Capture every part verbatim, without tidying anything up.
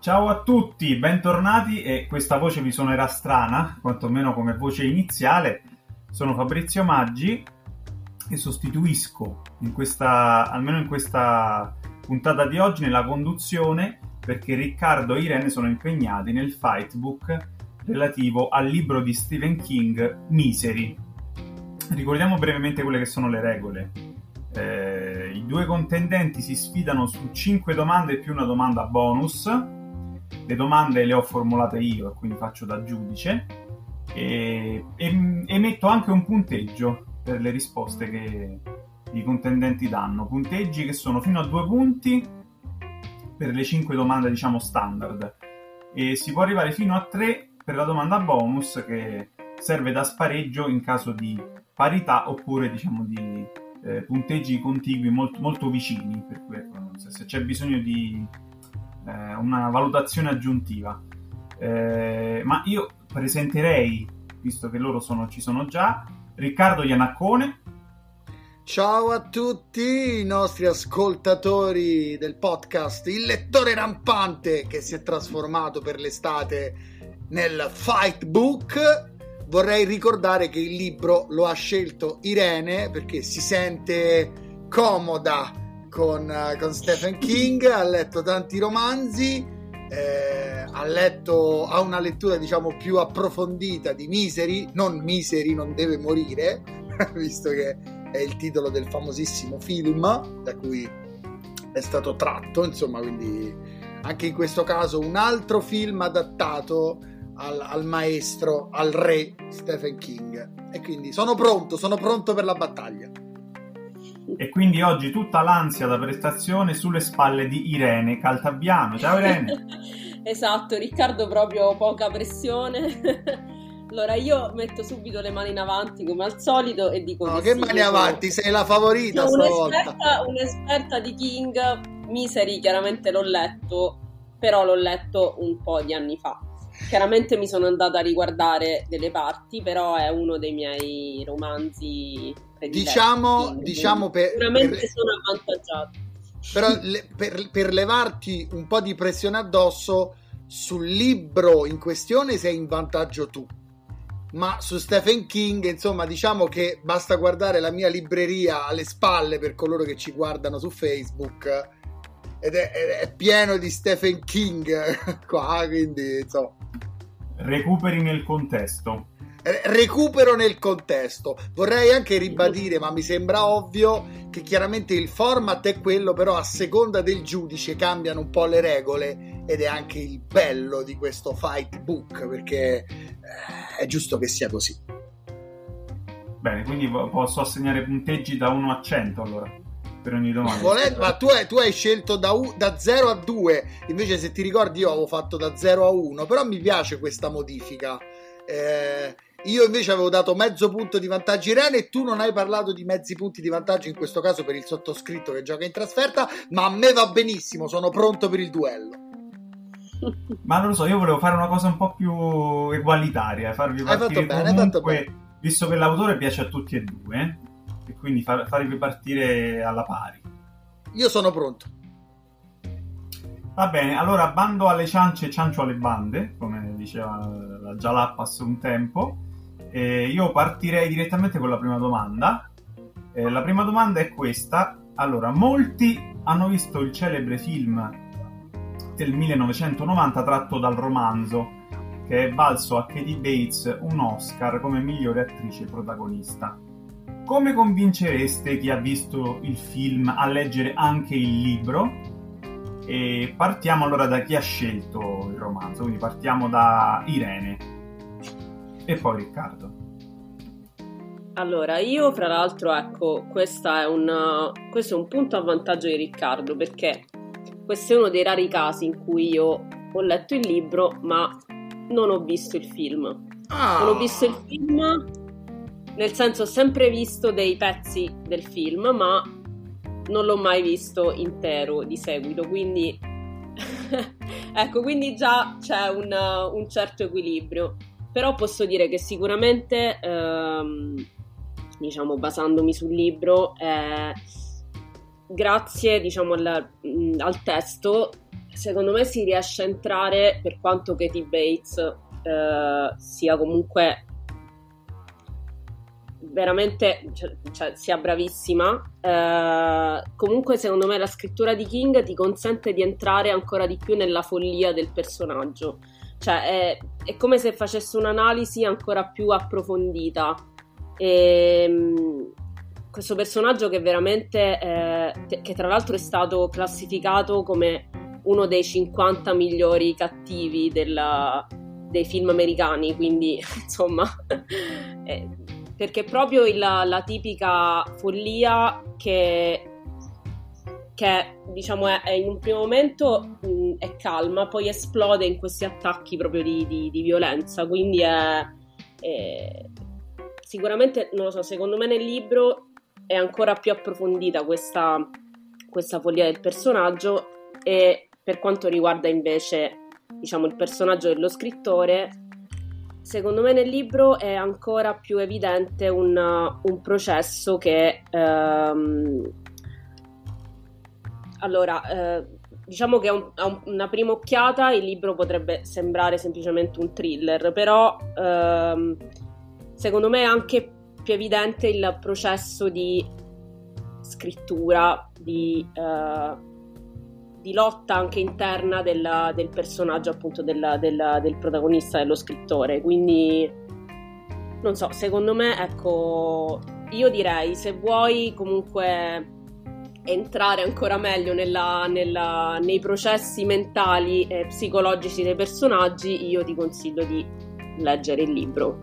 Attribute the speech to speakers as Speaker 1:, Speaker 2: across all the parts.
Speaker 1: Ciao a tutti, bentornati, e questa voce vi suonerà strana, quantomeno come voce iniziale. Sono Fabrizio Maggi e sostituisco in questa, almeno in questa puntata di oggi, nella conduzione, perché Riccardo e Irene sono impegnati nel fightbook relativo al libro di Stephen King, Misery. Ricordiamo brevemente quelle che sono le regole. Eh, i due contendenti si sfidano su cinque domande più una domanda bonus. Le domande le ho formulate io, quindi faccio da giudice, e, e, e metto anche un punteggio per le risposte che i contendenti danno. Punteggi che sono fino a due punti per le cinque domande, diciamo, standard, e si può arrivare fino a tre per la domanda bonus, che serve da spareggio in caso di parità oppure, diciamo, di eh, punteggi contigui molto, molto vicini, per cui se, se c'è bisogno di eh, una valutazione aggiuntiva. Eh, ma io presenterei, visto che loro sono, ci sono già, Riccardo Iannaccone.
Speaker 2: Ciao a tutti i nostri ascoltatori del podcast, il lettore rampante che si è trasformato per l'estate nel Fightbook. Vorrei ricordare che il libro lo ha scelto Irene perché si sente comoda con, con Stephen King, ha letto tanti romanzi, eh, ha letto, ha una lettura diciamo più approfondita di Misery, non Misery non deve morire, visto che è il titolo del famosissimo film da cui è stato tratto, insomma, quindi anche in questo caso un altro film adattato al, al maestro, al re Stephen King. E quindi sono pronto, sono pronto per la battaglia.
Speaker 1: E quindi oggi tutta l'ansia da prestazione sulle spalle di Irene Caltabiano. Ciao Irene.
Speaker 3: Esatto, Riccardo, proprio poca pressione. Allora io metto subito le mani in avanti come al solito e dico
Speaker 2: no,
Speaker 3: che,
Speaker 2: che
Speaker 3: sì,
Speaker 2: mani avanti, sei la favorita
Speaker 3: sono
Speaker 2: stavolta.
Speaker 3: un'esperta, un'esperta di King. Misery chiaramente l'ho letto, però l'ho letto un po' di anni fa. Chiaramente mi sono andata a riguardare delle parti, però è uno dei miei romanzi prediletti.
Speaker 2: Diciamo, diciamo per,
Speaker 3: sicuramente
Speaker 2: per,
Speaker 3: sono avvantaggiato.
Speaker 2: Però le, per, per levarti un po' di pressione addosso, sul libro in questione sei in vantaggio tu. Ma su Stephen King, insomma, diciamo che basta guardare la mia libreria alle spalle per coloro che ci guardano su Facebook, ed è, è pieno di Stephen King qua, quindi insomma.
Speaker 1: Recuperi nel contesto.
Speaker 2: Recupero nel contesto. Vorrei anche ribadire, ma mi sembra ovvio, che chiaramente il format è quello, però a seconda del giudice cambiano un po' le regole, ed è anche il bello di questo fight book, perché è giusto che sia così.
Speaker 1: Bene, quindi posso assegnare punteggi da uno a cento allora per ogni domanda.
Speaker 2: Volete, ma tu hai, tu hai scelto da, u, da zero a due, invece se ti ricordi io avevo fatto da zero a uno, però mi piace questa modifica. Eh, io invece avevo dato mezzo punto di vantaggio Irene e tu non hai parlato di mezzi punti di vantaggio, in questo caso per il sottoscritto che gioca in trasferta, ma a me va benissimo, sono pronto per il duello.
Speaker 1: Ma non lo so, io volevo fare una cosa un po' più egualitaria, farvi partire
Speaker 2: hai fatto bene,
Speaker 1: comunque,
Speaker 2: hai fatto bene.
Speaker 1: Visto che l'autore piace a tutti e due, eh, e quindi far, farvi partire alla pari.
Speaker 2: Io sono pronto.
Speaker 1: Va bene, allora bando alle ciance e ciancio alle bande, come diceva la Jalapas un tempo. E io partirei direttamente con la prima domanda. Eh, la prima domanda è questa. Allora, molti hanno visto il celebre film del millenovecentonovanta tratto dal romanzo, che è valso a Kathy Bates un Oscar come migliore attrice protagonista. Come convincereste chi ha visto il film a leggere anche il libro? E partiamo allora da chi ha scelto il romanzo, quindi partiamo da Irene e poi Riccardo.
Speaker 3: Allora, io fra l'altro, ecco, questa è un, questo è un punto a vantaggio di Riccardo, perché questo è uno dei rari casi in cui io ho letto il libro ma non ho visto il film.
Speaker 2: Ah.
Speaker 3: Non ho visto il film, nel senso ho sempre visto dei pezzi del film, ma non l'ho mai visto intero di seguito, quindi ecco, quindi già c'è un, un certo equilibrio. Però posso dire che sicuramente, ehm, diciamo, basandomi sul libro, eh, grazie, diciamo, al, al testo secondo me si riesce a entrare, per quanto Kathy Bates eh, sia comunque veramente, cioè, cioè, sia bravissima, eh, comunque secondo me la scrittura di King ti consente di entrare ancora di più nella follia del personaggio, cioè è, è come se facesse un'analisi ancora più approfondita. E questo personaggio che veramente eh, che tra l'altro è stato classificato come uno dei cinquanta migliori cattivi della, dei film americani, quindi insomma eh, perché proprio il, la tipica follia che, che diciamo è, è in un primo momento mh, è calma, poi esplode in questi attacchi proprio di, di, di violenza, quindi è, è sicuramente, non lo so, secondo me nel libro è ancora più approfondita questa, questa follia del personaggio. E per quanto riguarda invece, diciamo, il personaggio dello scrittore, secondo me nel libro è ancora più evidente un, un processo che ehm, allora eh, diciamo che a, un, a una prima occhiata il libro potrebbe sembrare semplicemente un thriller, però ehm, secondo me è anche più evidente il processo di scrittura, di, eh, di lotta anche interna del, del personaggio, appunto del, del, del protagonista, dello scrittore. Quindi non so, secondo me, ecco, io direi, se vuoi comunque entrare ancora meglio nella, nella, nei processi mentali e psicologici dei personaggi, io ti consiglio di leggere il libro.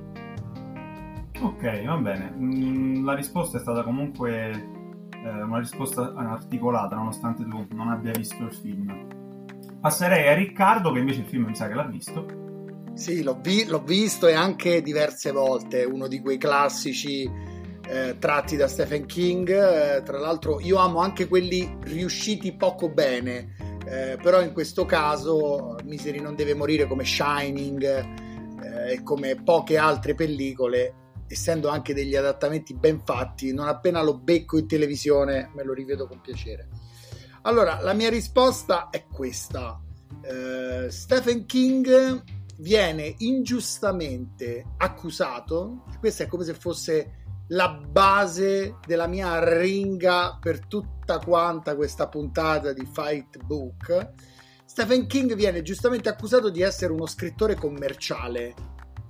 Speaker 1: Ok, va bene. Mm, la risposta è stata comunque eh, una risposta articolata, nonostante tu non abbia visto il film. Passerei a Riccardo, che invece il film mi sa che l'ha visto.
Speaker 2: Sì, l'ho, vi- l'ho visto, e anche diverse volte, uno di quei classici eh, tratti da Stephen King. Eh, tra l'altro io amo anche quelli riusciti poco bene, eh, però in questo caso Misery non deve morire, come Shining eh, e come poche altre pellicole, essendo anche degli adattamenti ben fatti, non appena lo becco in televisione me lo rivedo con piacere. Allora, la mia risposta è questa. Uh, Stephen King viene ingiustamente accusato, e questa è come se fosse la base della mia arringa per tutta quanta questa puntata di Fight Book. Stephen King viene giustamente accusato di essere uno scrittore commerciale.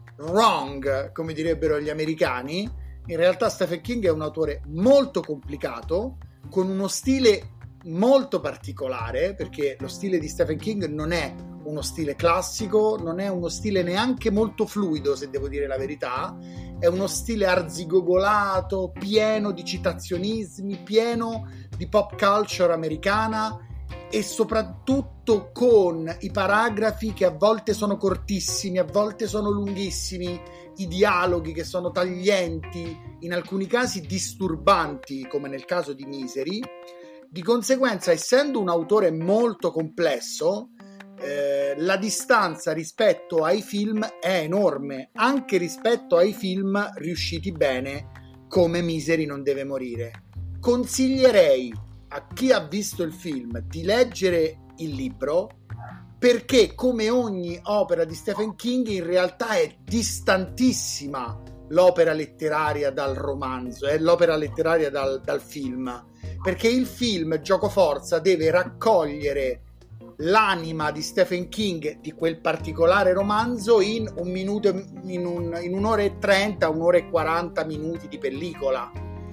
Speaker 2: Wrong, come direbbero gli americani. In realtà Stephen King è un autore molto complicato, con uno stile molto particolare, perché lo stile di Stephen King non è uno stile classico, non è uno stile neanche molto fluido, se devo dire la verità. È uno stile arzigogolato, pieno di citazionismi, pieno di pop culture americana, e soprattutto con i paragrafi che a volte sono cortissimi, a volte sono lunghissimi, i dialoghi che sono taglienti, in alcuni casi disturbanti, come nel caso di Misery. Di conseguenza, essendo un autore molto complesso, eh, la distanza rispetto ai film è enorme, anche rispetto ai film riusciti bene, come Misery non deve morire. Consiglierei a chi ha visto il film di leggere il libro, perché come ogni opera di Stephen King in realtà è distantissima l'opera letteraria dal romanzo, è l'opera letteraria dal, dal film, perché il film giocoforza deve raccogliere l'anima di Stephen King di quel particolare romanzo in un minuto, in, un, in un'ora e trenta, un'ora e quaranta minuti di pellicola.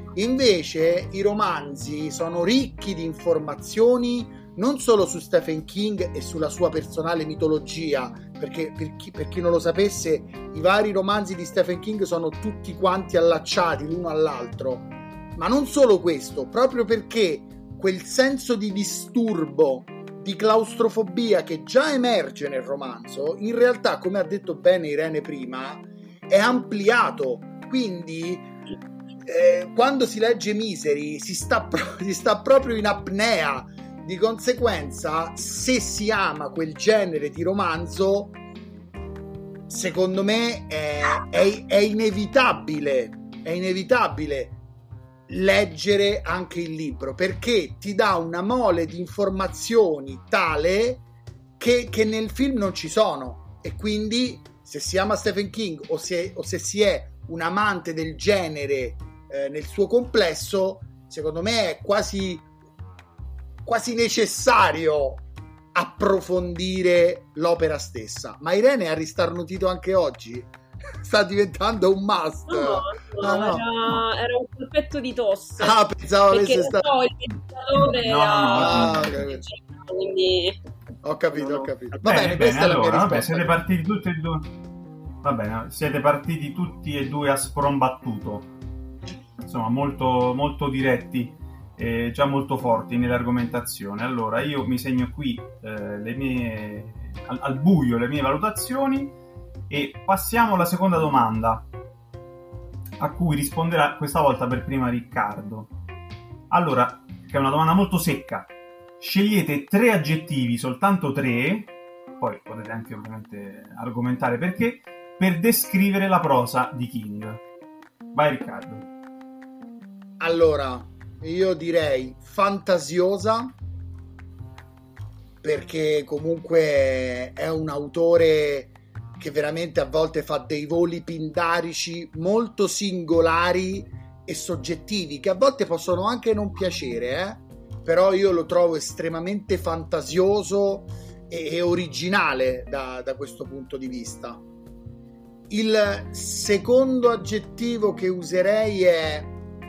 Speaker 2: Invece i romanzi sono ricchi di informazioni non solo su Stephen King e sulla sua personale mitologia, perché per chi, per chi non lo sapesse, i vari romanzi di Stephen King sono tutti quanti allacciati l'uno all'altro, ma non solo questo, proprio perché quel senso di disturbo, di claustrofobia che già emerge nel romanzo, in realtà, come ha detto bene Irene prima, è ampliato. Quindi Eh, quando si legge Misery si sta, pro- si sta proprio in apnea. Di conseguenza, se si ama quel genere di romanzo, secondo me è, è, è inevitabile è inevitabile leggere anche il libro, perché ti dà una mole di informazioni tale che, che nel film non ci sono, e quindi se si ama Stephen King o se, o se si è un amante del genere eh, nel suo complesso, secondo me è quasi quasi necessario approfondire l'opera stessa. Ma Irene ha ristarnutito anche oggi, sta diventando un must.
Speaker 3: No, no,
Speaker 2: Ah, no.
Speaker 3: Era, era un colpetto di tosse.
Speaker 2: Ah, pensavo
Speaker 3: perché
Speaker 2: avesse stato...
Speaker 3: poi il meditatore
Speaker 1: No, no,
Speaker 3: ha...
Speaker 2: Ah, ok.
Speaker 3: quindi
Speaker 2: Ho capito,
Speaker 3: No,
Speaker 2: ho
Speaker 3: no.
Speaker 2: capito. Va
Speaker 1: Bene,
Speaker 2: bene,
Speaker 1: bene,
Speaker 2: questa è la
Speaker 1: allora,
Speaker 2: mia
Speaker 1: vabbè,
Speaker 2: risposta.
Speaker 1: siete partiti tutti e due. Va bene, siete partiti tutti e due a sprombattuto. Insomma, molto, molto diretti e già molto forti nell'argomentazione. Allora, io mi segno qui eh, le mie al, al buio le mie valutazioni e passiamo alla seconda domanda, a cui risponderà questa volta per prima Riccardo. Allora, che è una domanda molto secca. Scegliete tre aggettivi, soltanto tre, poi potete anche ovviamente argomentare perché, per descrivere la prosa di King. Vai Riccardo.
Speaker 2: Allora, io direi fantasiosa, perché comunque è un autore che veramente a volte fa dei voli pindarici molto singolari e soggettivi, che a volte possono anche non piacere, eh? Però io lo trovo estremamente fantasioso e, e originale da, da questo punto di vista. Il secondo aggettivo che userei è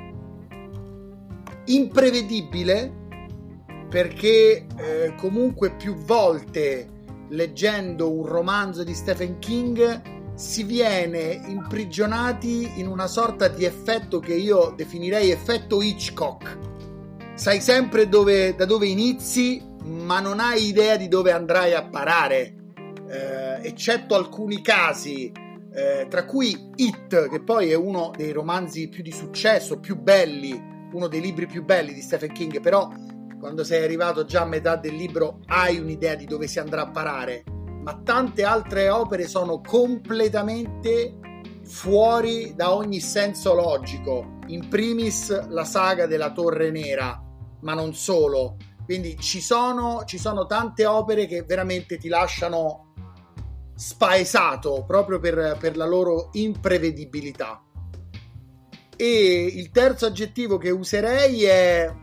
Speaker 2: imprevedibile, perché eh, comunque più volte leggendo un romanzo di Stephen King si viene imprigionati in una sorta di effetto che io definirei effetto Hitchcock. Sai sempre dove, da dove inizi, ma non hai idea di dove andrai a parare, eh, eccetto alcuni casi, eh, tra cui It, che poi è uno dei romanzi più di successo, più belli, uno dei libri più belli di Stephen King, però quando sei arrivato già a metà del libro hai un'idea di dove si andrà a parare, ma tante altre opere sono completamente fuori da ogni senso logico, in primis la saga della Torre Nera, ma non solo. Quindi ci sono, ci sono tante opere che veramente ti lasciano spaesato proprio per, per la loro imprevedibilità. E il terzo aggettivo che userei è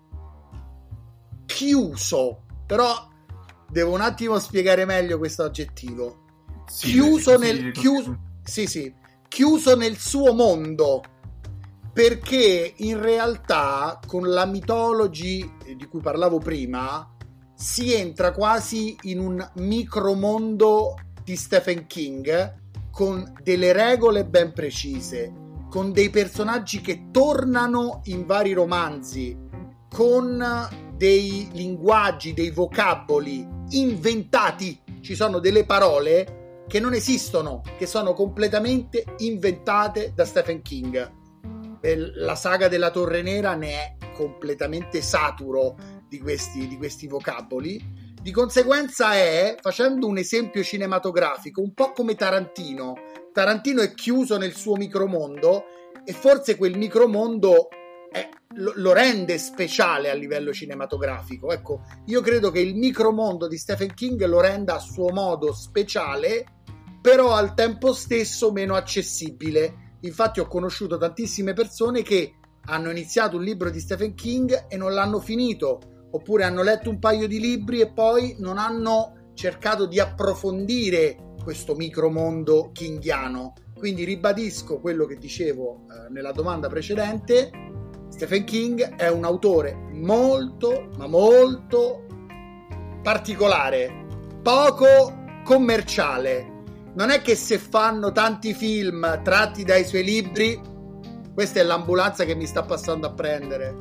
Speaker 2: chiuso, però devo un attimo spiegare meglio questo aggettivo.
Speaker 1: Sì,
Speaker 2: chiuso
Speaker 1: sì,
Speaker 2: nel
Speaker 1: sì,
Speaker 2: chiuso, sì, sì, chiuso nel suo mondo, perché in realtà con la mythology di cui parlavo prima si entra quasi in un micromondo di Stephen King, con delle regole ben precise, con dei personaggi che tornano in vari romanzi, con dei linguaggi, dei vocaboli inventati. Ci sono delle parole che non esistono, che sono completamente inventate da Stephen King. La saga della Torre Nera ne è completamente saturo di questi, di questi vocaboli. Di conseguenza è, facendo un esempio cinematografico, un po' come Tarantino. Tarantino è chiuso nel suo micromondo e forse quel micromondo è, lo, lo rende speciale a livello cinematografico. Ecco, io credo che il micromondo di Stephen King lo renda a suo modo speciale, però al tempo stesso meno accessibile. Infatti ho conosciuto tantissime persone che hanno iniziato un libro di Stephen King e non l'hanno finito, oppure hanno letto un paio di libri e poi non hanno cercato di approfondire questo micromondo kingiano. Quindi ribadisco quello che dicevo eh, nella domanda precedente: Stephen King è un autore molto, ma molto particolare, poco commerciale. Non è che se fanno tanti film tratti dai suoi libri, questa è l'ambulanza che mi sta passando a prendere.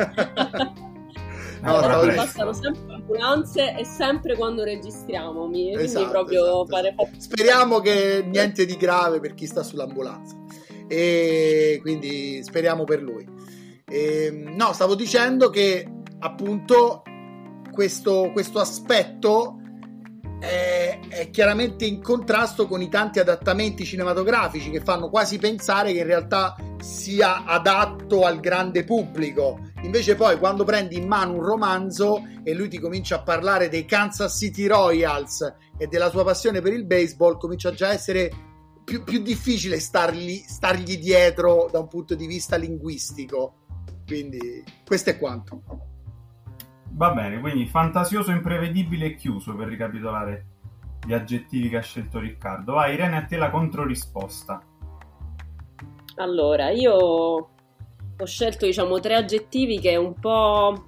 Speaker 3: No, allora, mi passano sempre ambulanze e sempre quando registriamo, mi,
Speaker 2: esatto,
Speaker 3: quindi proprio
Speaker 2: esatto.
Speaker 3: fare...
Speaker 2: Speriamo che niente di grave per chi sta sull'ambulanza, e quindi speriamo per lui. E, no, stavo dicendo che appunto questo, questo aspetto è, è chiaramente in contrasto con i tanti adattamenti cinematografici che fanno quasi pensare che in realtà sia adatto al grande pubblico, Invece poi quando prendi in mano un romanzo e lui ti comincia a parlare dei Kansas City Royals e della sua passione per il baseball, comincia già a essere più, più difficile stargli, stargli dietro da un punto di vista linguistico. Quindi questo è quanto.
Speaker 1: Va bene, quindi fantasioso, imprevedibile e chiuso, per ricapitolare gli aggettivi che ha scelto Riccardo. Vai Irene, a te la controrisposta.
Speaker 3: Allora, io ho scelto, diciamo, tre aggettivi che un po'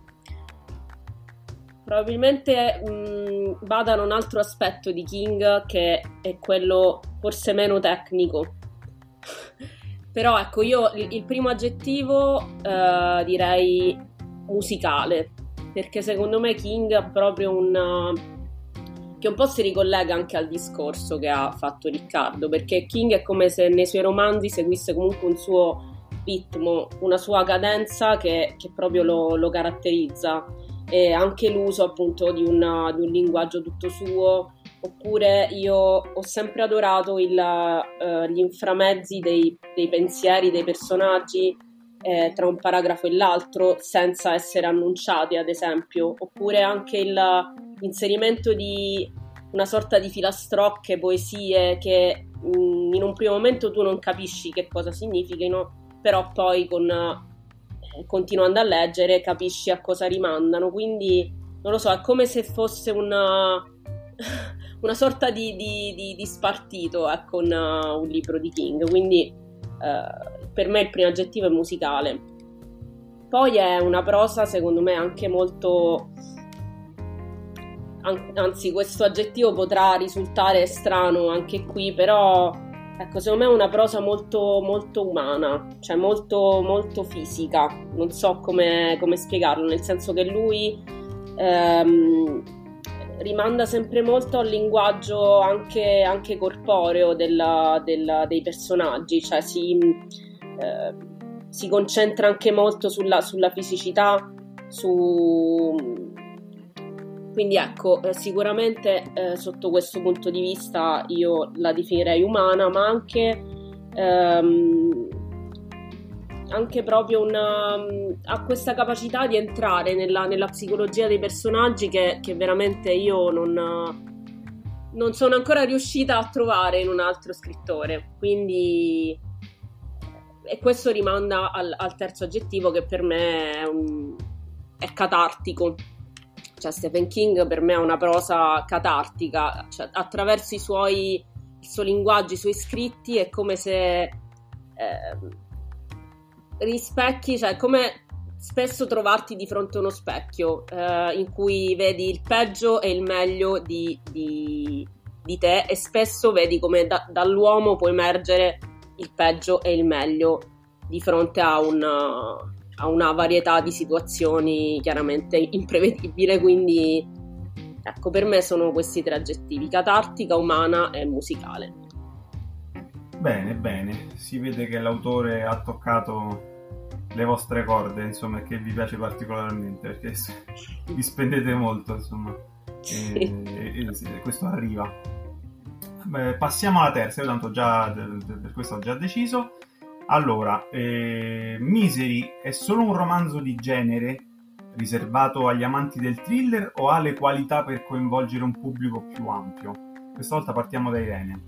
Speaker 3: probabilmente mh, vadano a un altro aspetto di King, che è quello forse meno tecnico. Però ecco, io il, il primo aggettivo eh, direi musicale, perché secondo me King ha proprio un... che un po' si ricollega anche al discorso che ha fatto Riccardo, perché King è come se nei suoi romanzi seguisse comunque un suo ritmo, una sua cadenza che, che proprio lo, lo caratterizza, e anche l'uso appunto di, una, di un linguaggio tutto suo. Oppure io ho sempre adorato il, uh, gli inframezzi dei, dei pensieri dei personaggi eh, tra un paragrafo e l'altro senza essere annunciati, ad esempio, oppure anche il l'inserimento di una sorta di filastrocche, poesie che mh, in un primo momento tu non capisci che cosa significhino, però poi con, eh, continuando a leggere capisci a cosa rimandano. Quindi non lo so, è come se fosse una, una sorta di, di, di, di spartito, ecco, un, un libro di King. Quindi eh, per me il primo aggettivo è musicale. Poi è una prosa secondo me anche molto... anzi, questo aggettivo potrà risultare strano anche qui, però ecco, secondo me è una prosa molto molto umana, cioè molto molto fisica, non so come, come spiegarlo, nel senso che lui ehm, rimanda sempre molto al linguaggio anche, anche corporeo della, della, dei personaggi, cioè si, eh, si concentra anche molto sulla, sulla fisicità, su... Quindi ecco, eh, sicuramente eh, sotto questo punto di vista io la definirei umana, ma anche, ehm, anche proprio una, ha questa capacità di entrare nella, nella psicologia dei personaggi che, che veramente io non, non sono ancora riuscita a trovare in un altro scrittore. Quindi, e questo rimanda al, al terzo aggettivo, che per me è, un, è catartico. Cioè Stephen King per me è una prosa catartica, cioè, attraverso i suoi, il suo linguaggio, i suoi scritti è come se eh, rispecchi, cioè come spesso trovarti di fronte a uno specchio eh, in cui vedi il peggio e il meglio di, di, di te, e spesso vedi come da, dall'uomo può emergere il peggio e il meglio di fronte a un... a una varietà di situazioni chiaramente imprevedibile. Quindi ecco, per me sono questi tre aggettivi: catartica, umana e musicale.
Speaker 1: Bene, bene, si vede che l'autore ha toccato le vostre corde, insomma, e che vi piace particolarmente, perché vi spendete molto, insomma, sì. e, e, e questo arriva. Beh, passiamo alla terza, io tanto già per questo ho già deciso. Allora, eh, Misery è solo un romanzo di genere riservato agli amanti del thriller o ha le qualità per coinvolgere un pubblico più ampio? Questa volta partiamo da Irene.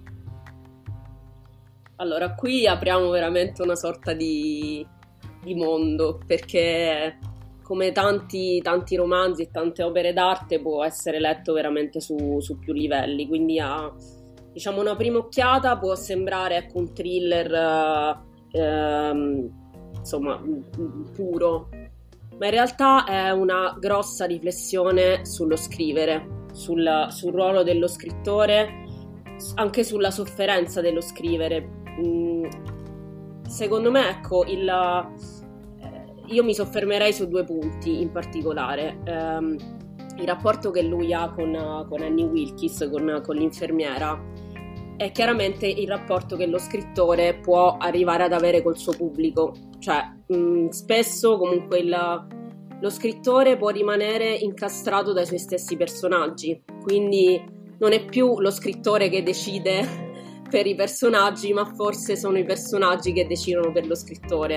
Speaker 3: Allora, qui apriamo veramente una sorta di, di mondo, perché come tanti, tanti romanzi e tante opere d'arte può essere letto veramente su, su più livelli. Quindi a, diciamo, una prima occhiata può sembrare, ecco, un thriller... Uh, Ehm, insomma puro, ma in realtà è una grossa riflessione sullo scrivere, sul, sul ruolo dello scrittore, anche sulla sofferenza dello scrivere. Mm, secondo me, ecco, il, eh, io mi soffermerei su due punti in particolare. Ehm, il rapporto che lui ha con, con Annie Wilkes, con, con l'infermiera, è chiaramente il rapporto che lo scrittore può arrivare ad avere col suo pubblico. Cioè, mh, spesso comunque il, lo scrittore può rimanere incastrato dai suoi stessi personaggi, quindi non è più lo scrittore che decide per i personaggi, ma forse sono i personaggi che decidono per lo scrittore.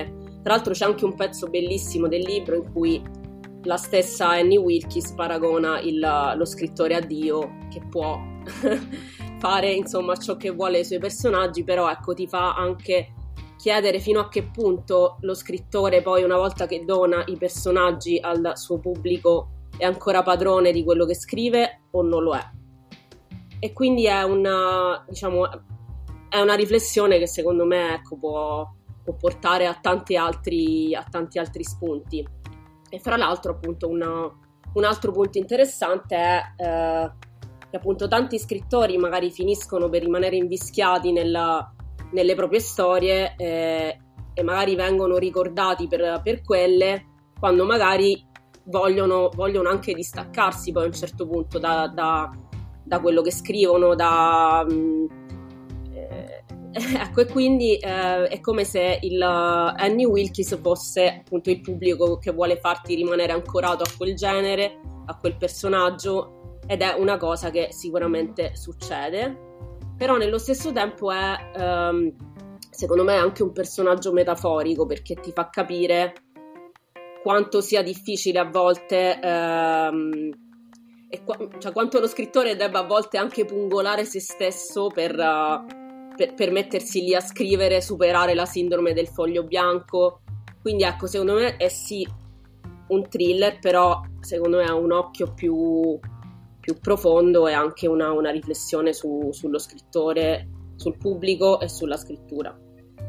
Speaker 3: Tra l'altro c'è anche un pezzo bellissimo del libro in cui la stessa Annie Wilkes paragona il, lo scrittore a Dio, che può fare insomma ciò che vuole ai suoi personaggi, però ecco ti fa anche chiedere fino a che punto lo scrittore poi, una volta che dona i personaggi al suo pubblico, è ancora padrone di quello che scrive o non lo è. E quindi è una, diciamo, è una riflessione che secondo me ecco, può, può portare a tanti altri, a tanti altri spunti. E fra l'altro appunto una, un altro punto interessante è eh, che appunto tanti scrittori magari finiscono per rimanere invischiati nella, nelle proprie storie eh, e magari vengono ricordati per, per quelle, quando magari vogliono, vogliono anche distaccarsi poi a un certo punto da, da, da quello che scrivono, da... Mh, eh, ecco, e quindi eh, è come se il uh, Annie Wilkes fosse appunto il pubblico che vuole farti rimanere ancorato a quel genere, a quel personaggio, ed è una cosa che sicuramente succede, però nello stesso tempo è um, secondo me anche un personaggio metaforico, perché ti fa capire quanto sia difficile a volte um, e qua- cioè quanto lo scrittore debba a volte anche pungolare se stesso per uh, Per, per mettersi lì a scrivere, superare la sindrome del foglio bianco. Quindi ecco, secondo me è sì un thriller, però secondo me ha un occhio più, più profondo e anche una, una riflessione su, sullo scrittore, sul pubblico e sulla scrittura.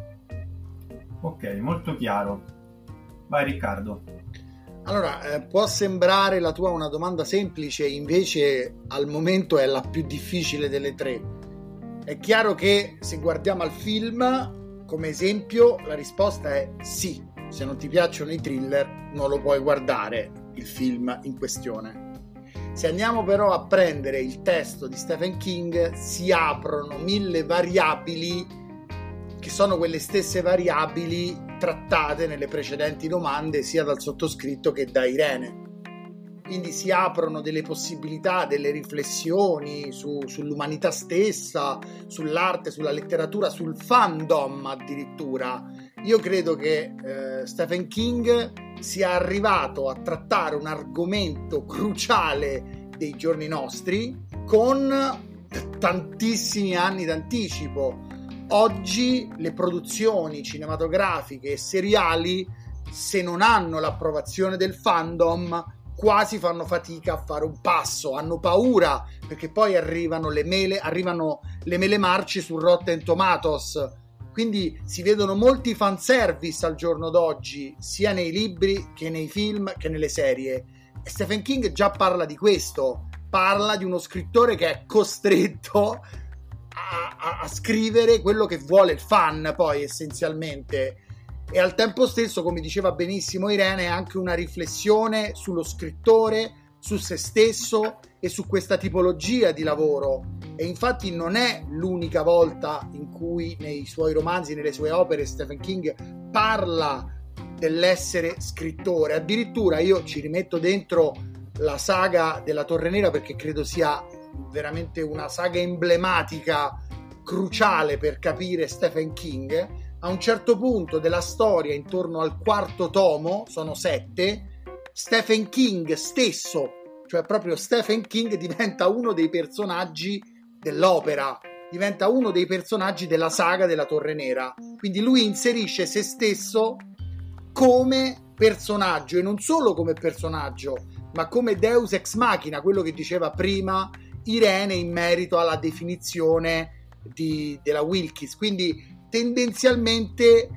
Speaker 1: Ok, molto chiaro. Vai Riccardo.
Speaker 2: Allora, eh, può sembrare la tua una domanda semplice, invece al momento è la più difficile delle tre. È chiaro che se guardiamo al film, come esempio, la risposta è sì. Se non ti piacciono i thriller, non lo puoi guardare il film in questione. Se andiamo però a prendere il testo di Stephen King, si aprono mille variabili che sono quelle stesse variabili trattate nelle precedenti domande sia dal sottoscritto che da Irene. Quindi si aprono delle possibilità, delle riflessioni su, sull'umanità stessa, sull'arte, sulla letteratura, sul fandom addirittura. Io credo che eh, Stephen King sia arrivato a trattare un argomento cruciale dei giorni nostri con tantissimi anni d'anticipo. Oggi le produzioni cinematografiche e seriali, se non hanno l'approvazione del fandom, quasi fanno fatica a fare un passo, hanno paura perché poi arrivano le mele, arrivano le mele marci su Rotten Tomatoes, quindi si vedono molti fanservice al giorno d'oggi sia nei libri che nei film che nelle serie, e Stephen King già parla di questo, parla di uno scrittore che è costretto a, a, a scrivere quello che vuole il fan poi essenzialmente. E al tempo stesso, come diceva benissimo Irene, è anche una riflessione sullo scrittore, su se stesso e su questa tipologia di lavoro. E infatti non è l'unica volta in cui nei suoi romanzi, nelle sue opere, Stephen King parla dell'essere scrittore. Addirittura io ci rimetto dentro la saga della Torre Nera perché credo sia veramente una saga emblematica, cruciale per capire Stephen King. A un certo punto della storia, intorno al quarto tomo, sono sette, Stephen King stesso, cioè proprio Stephen King, diventa uno dei personaggi dell'opera, diventa uno dei personaggi della saga della Torre Nera. Quindi lui inserisce se stesso come personaggio, e non solo come personaggio, ma come Deus ex machina, quello che diceva prima Irene in merito alla definizione di, della Wilkes. Quindi tendenzialmente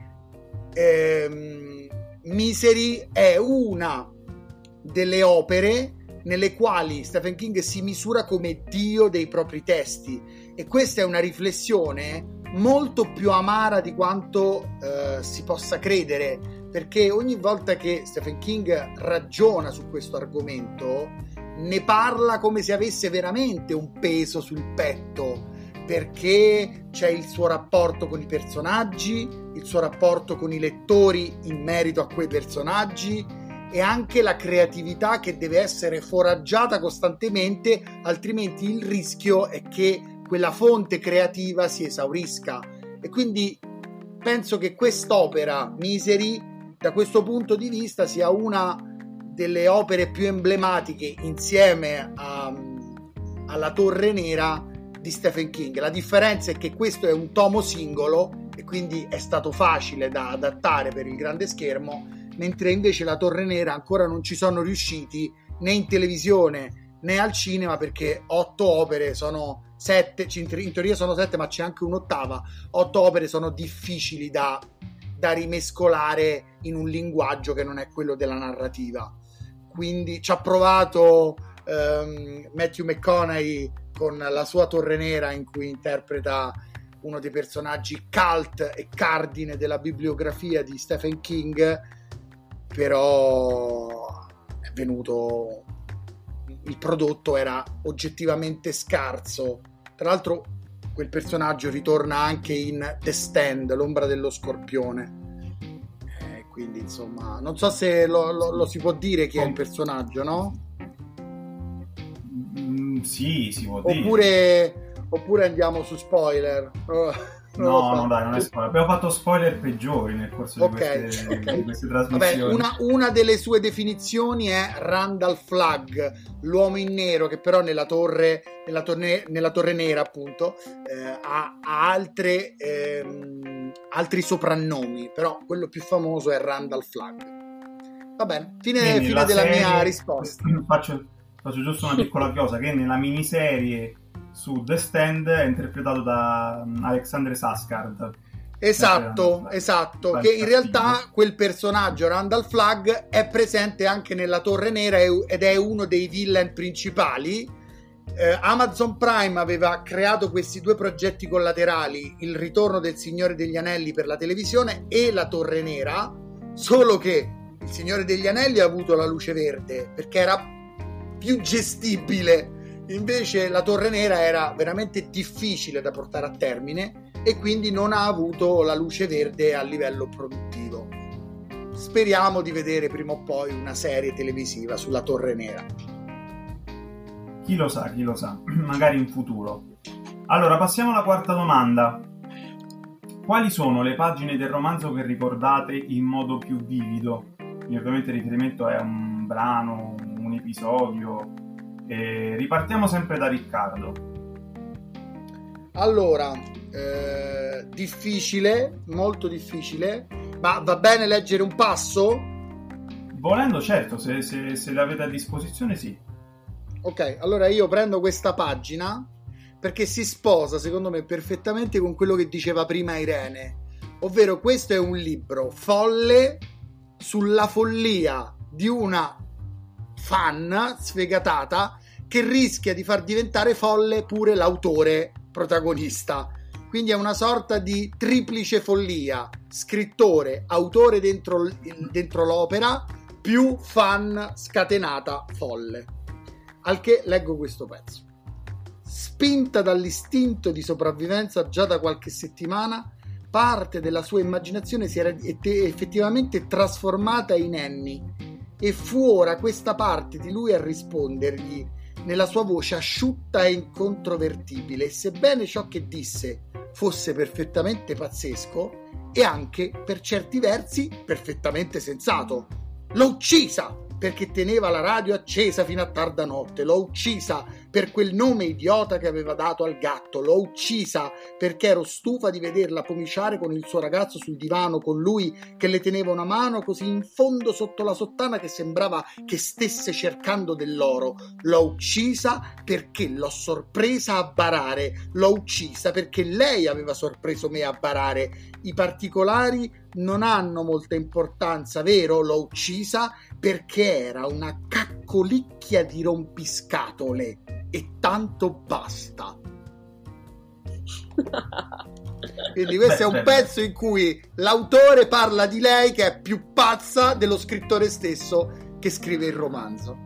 Speaker 2: ehm, Misery è una delle opere nelle quali Stephen King si misura come dio dei propri testi, e questa è una riflessione molto più amara di quanto eh, si possa credere, perché ogni volta che Stephen King ragiona su questo argomento ne parla come se avesse veramente un peso sul petto, perché c'è il suo rapporto con i personaggi, il suo rapporto con i lettori in merito a quei personaggi, e anche la creatività che deve essere foraggiata costantemente, altrimenti il rischio è che quella fonte creativa si esaurisca. E quindi penso che quest'opera, Misery, da questo punto di vista sia una delle opere più emblematiche insieme a, alla Torre Nera di Stephen King. La differenza è che questo è un tomo singolo e quindi è stato facile da adattare per il grande schermo, mentre invece la Torre Nera ancora non ci sono riusciti né in televisione né al cinema, perché otto opere sono sette, in teoria sono sette, ma c'è anche un'ottava. Otto opere sono difficili da, da rimescolare in un linguaggio che non è quello della narrativa. Quindi ci ha provato um, Matthew McConaughey con la sua Torre Nera, in cui interpreta uno dei personaggi cult e cardine della bibliografia di Stephen King, però è venuto, il prodotto era oggettivamente scarso. Tra l'altro quel personaggio ritorna anche in The Stand, l'ombra dello scorpione, eh, quindi insomma non so se lo, lo, lo si può dire chi è il personaggio, no?
Speaker 1: Mm, sì, si può
Speaker 2: oppure,
Speaker 1: dire.
Speaker 2: Oppure andiamo su spoiler. Oh.
Speaker 1: No, no, dai, non è spoiler. Abbiamo fatto spoiler peggiori nel corso
Speaker 2: okay.
Speaker 1: di, queste, di queste trasmissioni.
Speaker 2: Vabbè, una, una delle sue definizioni è Randall Flagg, l'uomo in nero, che però nella torre, nella torre, nella torre nera, appunto, eh, ha, ha altre, ehm, altri soprannomi, però quello più famoso è Randall Flagg. Va bene, fine, fine della serie, mia risposta.
Speaker 1: Faccio, faccio giusto una piccola cosa, che nella miniserie su The Stand è interpretato da Alexandre Skarsgård.
Speaker 2: Esatto, esatto, che in realtà quel personaggio Randall Flagg è presente anche nella Torre Nera ed è uno dei villain principali. eh, Amazon Prime aveva creato questi due progetti collaterali, Il ritorno del Signore degli Anelli per la televisione e la Torre Nera, solo che Il Signore degli Anelli ha avuto la luce verde perché era più gestibile. Invece la Torre Nera era veramente difficile da portare a termine e quindi non ha avuto la luce verde a livello produttivo. Speriamo di vedere prima o poi una serie televisiva sulla Torre Nera.
Speaker 1: Chi lo sa, chi lo sa, magari in futuro. Allora, passiamo alla quarta domanda. Quali sono le pagine del romanzo che ricordate in modo più vivido? E ovviamente il riferimento è un brano, un episodio. E ripartiamo sempre da Riccardo.
Speaker 2: Allora, eh, difficile, molto difficile, ma va bene leggere un passo?
Speaker 1: Volendo, certo, se, se, se l'avete a disposizione, sì.
Speaker 2: Ok, allora io prendo questa pagina perché si sposa, secondo me, perfettamente con quello che diceva prima Irene, ovvero questo è un libro folle sulla follia di una fan sfegatata che rischia di far diventare folle pure l'autore protagonista. Quindi è una sorta di triplice follia: scrittore, autore dentro, dentro l'opera, più fan scatenata folle. Al che leggo questo pezzo. Spinta dall'istinto di sopravvivenza già da qualche settimana, parte della sua immaginazione si era effettivamente trasformata in Annie, e fu ora questa parte di lui a rispondergli nella sua voce asciutta e incontrovertibile, e sebbene ciò che disse fosse perfettamente pazzesco e anche per certi versi perfettamente sensato. L'ho uccisa perché teneva la radio accesa fino a tarda notte, l'ho uccisa per quel nome idiota che aveva dato al gatto, l'ho uccisa perché ero stufa di vederla pomiciare con il suo ragazzo sul divano, con lui che le teneva una mano così in fondo sotto la sottana che sembrava che stesse cercando dell'oro, l'ho uccisa perché l'ho sorpresa a barare, l'ho uccisa perché lei aveva sorpreso me a barare. I particolari non hanno molta importanza, vero? L'ho uccisa perché era una caccolicchia di rompiscatole e tanto basta. Quindi questo beh, è un beh, pezzo beh. in cui l'autore parla di lei che è più pazza dello scrittore stesso che scrive il romanzo.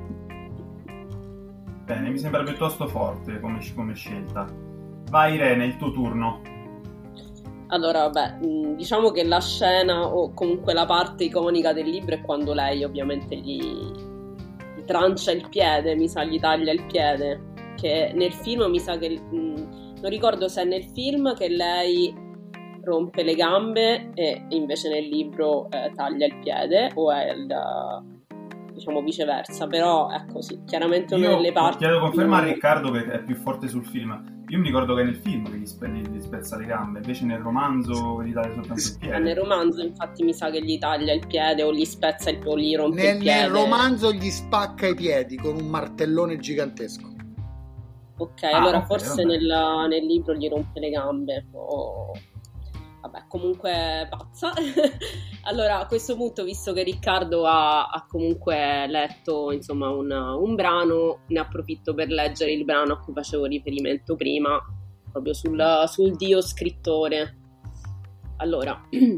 Speaker 1: Bene, mi sembra piuttosto forte come, come scelta. Vai Irene, il tuo turno.
Speaker 3: Allora, vabbè, diciamo che la scena o comunque la parte iconica del libro è quando lei ovviamente gli, gli trancia il piede, mi sa, gli taglia il piede, che nel film mi sa che, mh, non ricordo se è nel film che lei rompe le gambe e invece nel libro eh, taglia il piede, o è il, diciamo viceversa, però ecco sì, chiaramente una
Speaker 1: Io
Speaker 3: delle parti...
Speaker 1: chiedo conferma a
Speaker 3: più-
Speaker 1: Riccardo che è più forte sul film. Io mi ricordo che è nel film che gli, spe- gli spezza le gambe, invece nel romanzo gli taglia soltanto il
Speaker 3: eh,
Speaker 1: piede.
Speaker 3: nel romanzo infatti mi sa che gli taglia il piede o gli spezza il o gli rompe
Speaker 2: Nel,
Speaker 3: il piede.
Speaker 2: nel romanzo gli spacca i piedi con un martellone gigantesco.
Speaker 3: Ok,
Speaker 1: Ah,
Speaker 3: allora
Speaker 1: ok,
Speaker 3: forse
Speaker 1: vabbè.
Speaker 3: nel, nel libro gli rompe le gambe o... Vabbè, comunque pazza. Allora, a questo punto, visto che Riccardo ha, ha comunque letto, insomma, un, un brano, ne approfitto per leggere il brano a cui facevo riferimento prima, proprio sul, sul dio scrittore. Allora,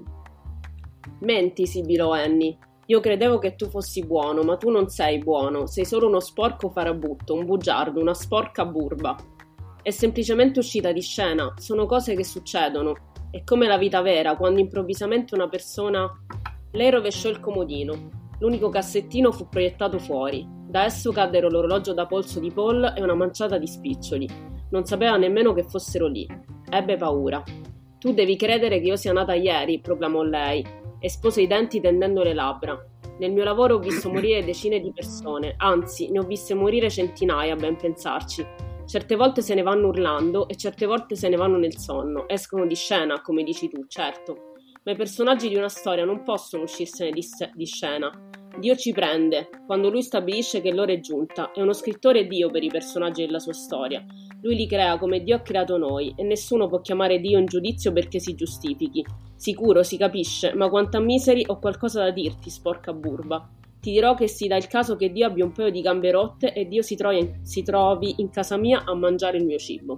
Speaker 3: menti, Sibilo Annie. Io credevo che tu fossi buono, ma tu non sei buono, sei solo uno sporco farabutto, un bugiardo, una sporca burba. È semplicemente uscita di scena, sono cose che succedono. È come la vita vera, quando improvvisamente una persona... Lei rovesciò il comodino. L'unico cassettino fu proiettato fuori. Da esso caddero l'orologio da polso di Paul e una manciata di spiccioli. Non sapeva nemmeno che fossero lì. Ebbe paura. Tu devi credere che io sia nata ieri, proclamò lei. Espose i denti tendendo le labbra. Nel mio lavoro ho visto morire decine di persone, anzi, ne ho viste morire centinaia, a ben pensarci. Certe volte se ne vanno urlando e certe volte se ne vanno nel sonno, escono di scena, come dici tu, certo. Ma i personaggi di una storia non possono uscirsene di, se- di scena. Dio ci prende, quando lui stabilisce che l'ora è giunta. È uno scrittore Dio per i personaggi della sua storia. Lui li crea come Dio ha creato noi e nessuno può chiamare Dio in giudizio perché si giustifichi. Sicuro, si capisce, ma quanto a miseri ho qualcosa da dirti, sporca burba. Ti dirò che si dà il caso che Dio abbia un paio di gambe rotte e Dio si trovi in, si trovi in casa mia a mangiare il mio cibo.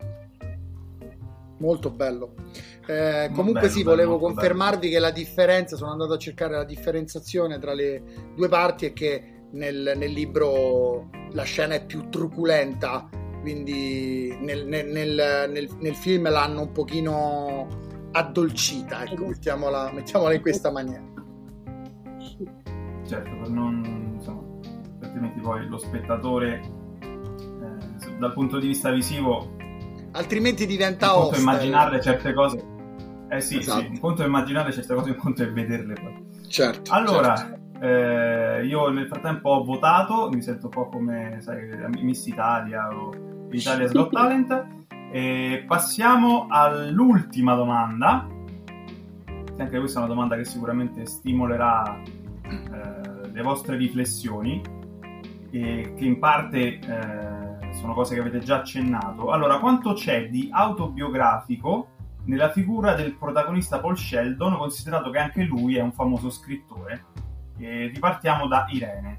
Speaker 2: Molto bello. Eh,
Speaker 1: Molto
Speaker 2: comunque
Speaker 1: bello,
Speaker 2: sì,
Speaker 1: bello,
Speaker 2: volevo
Speaker 1: molto
Speaker 2: confermarvi che la differenza, sono andato a cercare la differenziazione tra le due parti, è che nel, nel libro la scena è più truculenta, quindi nel, nel, nel, nel, nel film l'hanno un pochino addolcita, ecco, mettiamola, mettiamola in questa maniera.
Speaker 1: Certo, per non, insomma, altrimenti poi lo spettatore eh, dal punto di vista visivo
Speaker 2: Altrimenti diventa
Speaker 1: un conto è
Speaker 2: hostel.
Speaker 1: immaginare certe cose, eh sì,
Speaker 2: Esatto.
Speaker 1: sì, un conto è immaginare certe cose, un conto è vederle poi.
Speaker 2: Certo.
Speaker 1: Allora,
Speaker 2: certo.
Speaker 1: eh, io nel frattempo ho votato, mi sento un po' come, sai, Miss Italia o Italia's Got Talent, e passiamo all'ultima domanda, che anche questa è una domanda che sicuramente stimolerà eh, le vostre riflessioni e che in parte eh, sono cose che avete già accennato. Allora, quanto c'è di autobiografico nella figura del protagonista Paul Sheldon, considerato che anche lui è un famoso scrittore? E ripartiamo da Irene.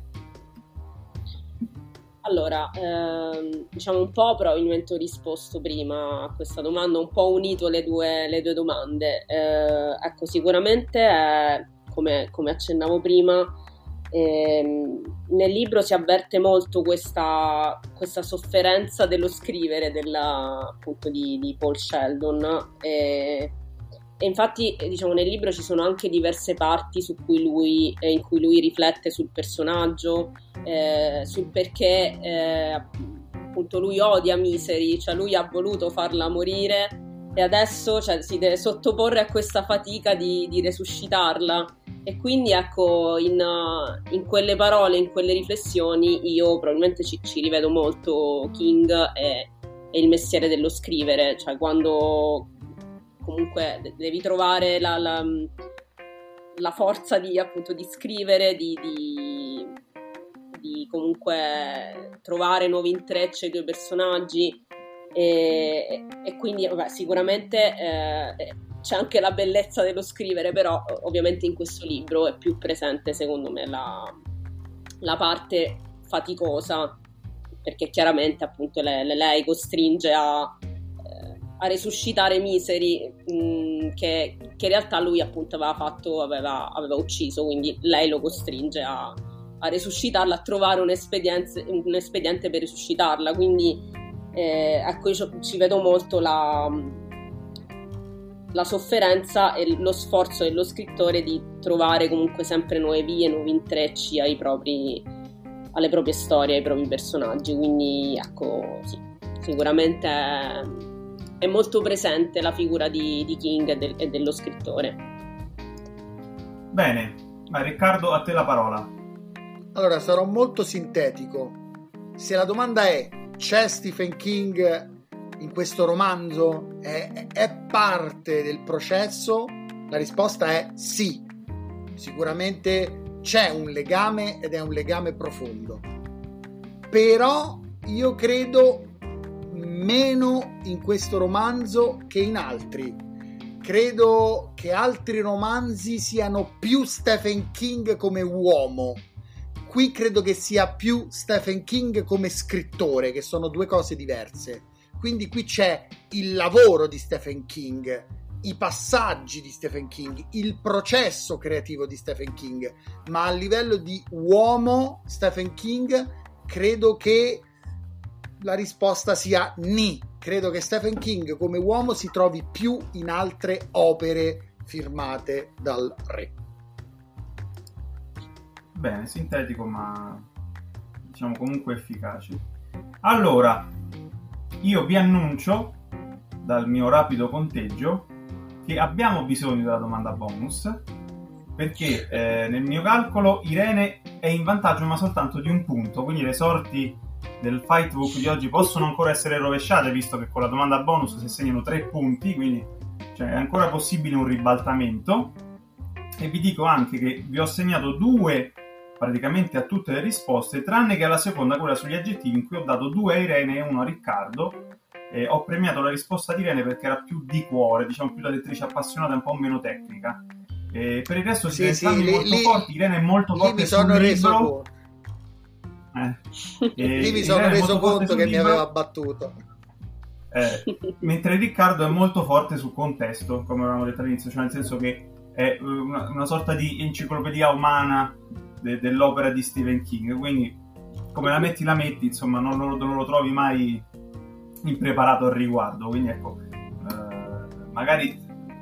Speaker 3: Allora, ehm, diciamo un po', probabilmente ho risposto prima a questa domanda, un po' unito le due, le due domande. Eh, ecco, sicuramente, è, come, come accennavo prima, ehm, nel libro si avverte molto questa, questa sofferenza dello scrivere della, appunto di, di Paul Sheldon. E, e infatti, diciamo, nel libro ci sono anche diverse parti su cui lui, eh, in cui lui riflette sul personaggio, eh, sul perché eh, appunto lui odia Misery, cioè lui ha voluto farla morire e adesso, cioè, si deve sottoporre a questa fatica di, di resuscitarla. E quindi ecco, in, in quelle parole, in quelle riflessioni, io probabilmente ci, ci rivedo molto King e, e il mestiere dello scrivere, cioè quando comunque devi trovare la, la, la forza di, appunto, di scrivere, di, di, di comunque trovare nuovi intrecci ai tuoi personaggi e, e quindi vabbè, sicuramente eh, c'è anche la bellezza dello scrivere, però ovviamente in questo libro è più presente secondo me la, la parte faticosa, perché chiaramente appunto le, le, lei costringe a a resuscitare Misery, mh, che, che in realtà lui appunto aveva fatto, aveva, aveva ucciso, quindi lei lo costringe a, a resuscitarla, a trovare un espediente, un espediente per resuscitarla, quindi eh, ecco, io ci vedo molto la, la sofferenza e lo sforzo dello scrittore di trovare comunque sempre nuove vie, nuovi intrecci ai propri, alle proprie storie, ai propri personaggi, quindi ecco sì, sicuramente è molto presente la figura di, di King e, del, e dello scrittore.
Speaker 1: Bene, ma Riccardo, a te la parola.
Speaker 2: Allora, sarò molto sintetico. Se la domanda è: c'è Stephen King in questo romanzo? È, è parte del processo? La risposta è sì. Sicuramente c'è un legame, ed è un legame profondo. Però io credo meno in questo romanzo che in altri. Credo che altri romanzi siano più Stephen King come uomo. Qui credo che sia più Stephen King come scrittore, che sono due cose diverse. Quindi qui c'è il lavoro di Stephen King, i passaggi di Stephen King, il processo creativo di Stephen King, ma a livello di uomo Stephen King credo che la risposta sia ni. Credo che Stephen King come uomo si trovi più in altre opere firmate dal re.
Speaker 1: Bene, sintetico ma diciamo comunque efficace. Allora, io vi annuncio dal mio rapido conteggio che abbiamo bisogno della domanda bonus, perché eh, nel mio calcolo Irene è in vantaggio ma soltanto di un punto, quindi le sorti del Fightbook di oggi possono ancora essere rovesciate, visto che con la domanda bonus si segnano tre punti, quindi cioè, è ancora possibile un ribaltamento. E vi dico anche che vi ho segnato due praticamente a tutte le risposte, tranne che alla seconda, quella sugli aggettivi, in cui ho dato due a Irene e uno a Riccardo. Eh, ho premiato la risposta di Irene perché era più di cuore, diciamo più da lettrice appassionata e un po' meno tecnica. Eh, per il resto si
Speaker 2: sì,
Speaker 1: sono
Speaker 2: sì,
Speaker 1: molto
Speaker 2: lì,
Speaker 1: forti. Irene è molto
Speaker 2: lì
Speaker 1: forte
Speaker 2: mi
Speaker 1: sul
Speaker 2: sono
Speaker 1: libro.
Speaker 2: reso conto.
Speaker 1: Eh. Eh,
Speaker 2: lì mi sono
Speaker 1: Irene
Speaker 2: reso conto che
Speaker 1: libro,
Speaker 2: mi aveva battuto.
Speaker 1: Eh, mentre Riccardo è molto forte sul contesto, come avevamo detto all'inizio, cioè nel senso che è una, una sorta di enciclopedia umana de, dell'opera di Stephen King, quindi come la metti la metti, insomma non lo, non lo trovi mai impreparato al riguardo, quindi ecco, eh, magari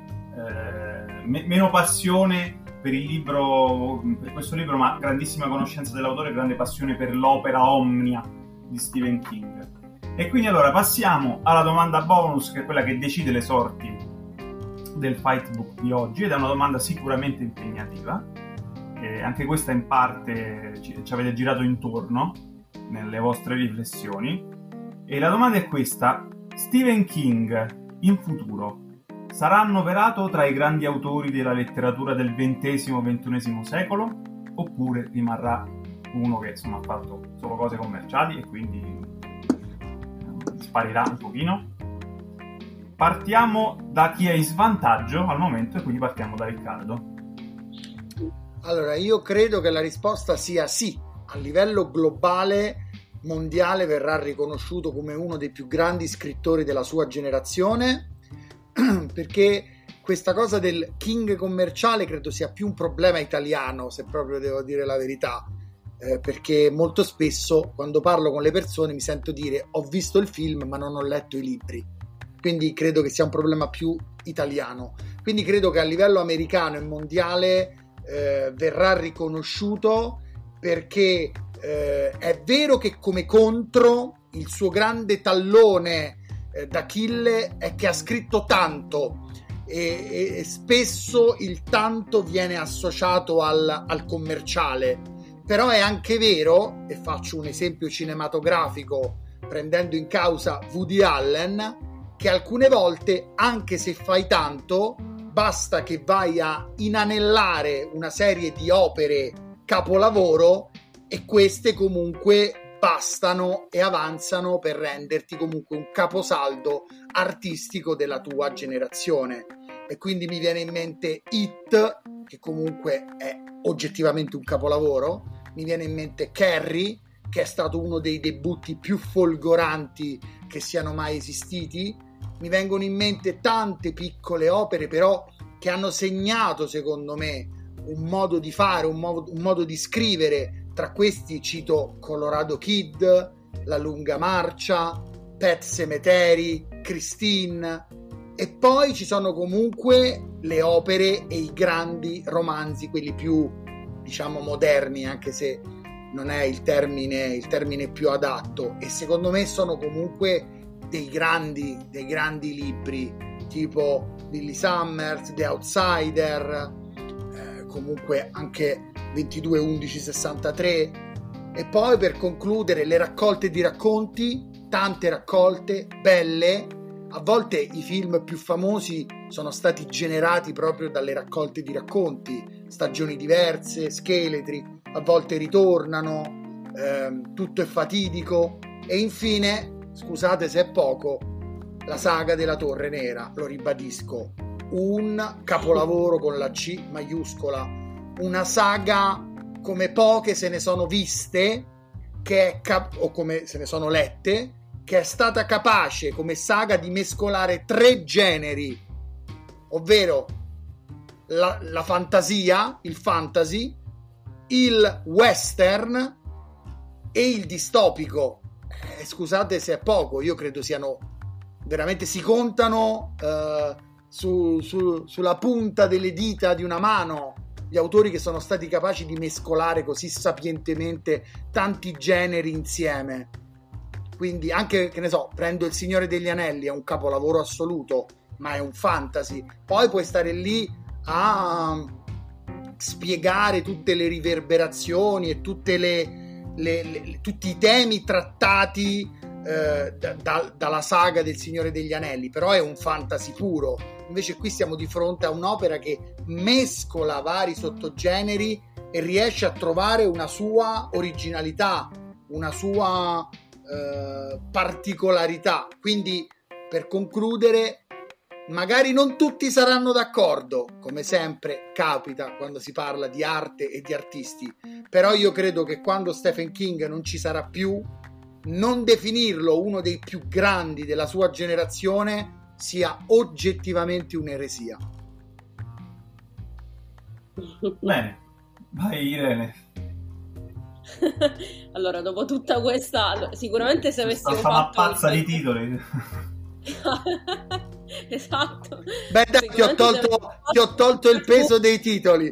Speaker 1: eh, me, meno passione per il libro, per questo libro, ma grandissima conoscenza dell'autore e grande passione per l'opera omnia di Stephen King. E quindi allora passiamo alla domanda bonus, che è quella che decide le sorti del Fightbook di oggi, ed è una domanda sicuramente impegnativa, e anche questa in parte ci, ci avete girato intorno nelle vostre riflessioni. E la domanda è questa: Stephen King in futuro sarà annoverato tra i grandi autori della letteratura del ventesimo ventunesimo secolo, oppure rimarrà uno che insomma ha fatto solo cose commerciali e quindi eh, sparirà un pochino? Partiamo da chi è in svantaggio al momento, e quindi partiamo da Riccardo.
Speaker 2: Allora, io credo che la risposta sia sì. A livello globale, mondiale, verrà riconosciuto come uno dei più grandi scrittori della sua generazione, perché questa cosa del King commerciale credo sia più un problema italiano, se proprio devo dire la verità, eh, perché molto spesso quando parlo con le persone mi sento dire: ho visto il film ma non ho letto i libri. Quindi credo che sia un problema più italiano. Quindi credo che a livello americano e mondiale eh, verrà riconosciuto, perché eh, è vero che come contro il suo grande tallone eh, d'Achille è che ha scritto tanto, e, e spesso il tanto viene associato al, al commerciale. Però è anche vero, e faccio un esempio cinematografico prendendo in causa Woody Allen, che alcune volte, anche se fai tanto, basta che vai a inanellare una serie di opere capolavoro e queste comunque bastano e avanzano per renderti comunque un caposaldo artistico della tua generazione. E quindi mi viene in mente It, che comunque è oggettivamente un capolavoro, mi viene in mente Carrie, che è stato uno dei debutti più folgoranti che siano mai esistiti. Mi vengono in mente tante piccole opere però che hanno segnato, secondo me, un modo di fare, un modo, un modo di scrivere. Tra questi cito Colorado Kid, La lunga marcia, Pet Sematary, Christine, e poi ci sono comunque le opere e i grandi romanzi, quelli più, diciamo, moderni, anche se non è il termine, il termine più adatto, e secondo me sono comunque dei grandi, dei grandi libri tipo Billy Summers, The Outsider, eh, comunque anche ventidue undici sessantatré, e poi per concludere le raccolte di racconti, tante raccolte belle. A volte i film più famosi sono stati generati proprio dalle raccolte di racconti, Stagioni diverse, Scheletri, a volte ritornano, ehm, Tutto è fatidico, e infine, scusate se è poco, la saga della Torre Nera, lo ribadisco, un capolavoro con la C maiuscola, una saga come poche se ne sono viste, che è cap- o come se ne sono lette, che è stata capace come saga di mescolare tre generi, ovvero la, la fantasia, il fantasy, il western e il distopico. Eh, scusate se è poco, io credo siano veramente, si contano eh, su, su, sulla punta delle dita di una mano gli autori che sono stati capaci di mescolare così sapientemente tanti generi insieme. Quindi anche, che ne so, prendo Il Signore degli Anelli, è un capolavoro assoluto, ma è un fantasy. Poi puoi stare lì a spiegare tutte le riverberazioni e tutte le, le, le tutti i temi trattati eh, da, da, dalla saga del Signore degli Anelli, però è un fantasy puro. Invece qui siamo di fronte a un'opera che mescola vari sottogeneri e riesce a trovare una sua originalità, una sua eh, particolarità. Quindi, per concludere, magari non tutti saranno d'accordo, come sempre capita quando si parla di arte e di artisti, però io credo che quando Stephen King non ci sarà più, non definirlo uno dei più grandi della sua generazione sia oggettivamente un'eresia.
Speaker 1: Bene, vai Irene.
Speaker 3: Allora, dopo tutta questa, sicuramente se avessimo
Speaker 1: Sta
Speaker 3: fatto
Speaker 1: una pazza
Speaker 3: il...
Speaker 1: di titoli.
Speaker 3: Esatto.
Speaker 2: Beh dai, ti ho tolto, ti ho tolto il peso dei titoli.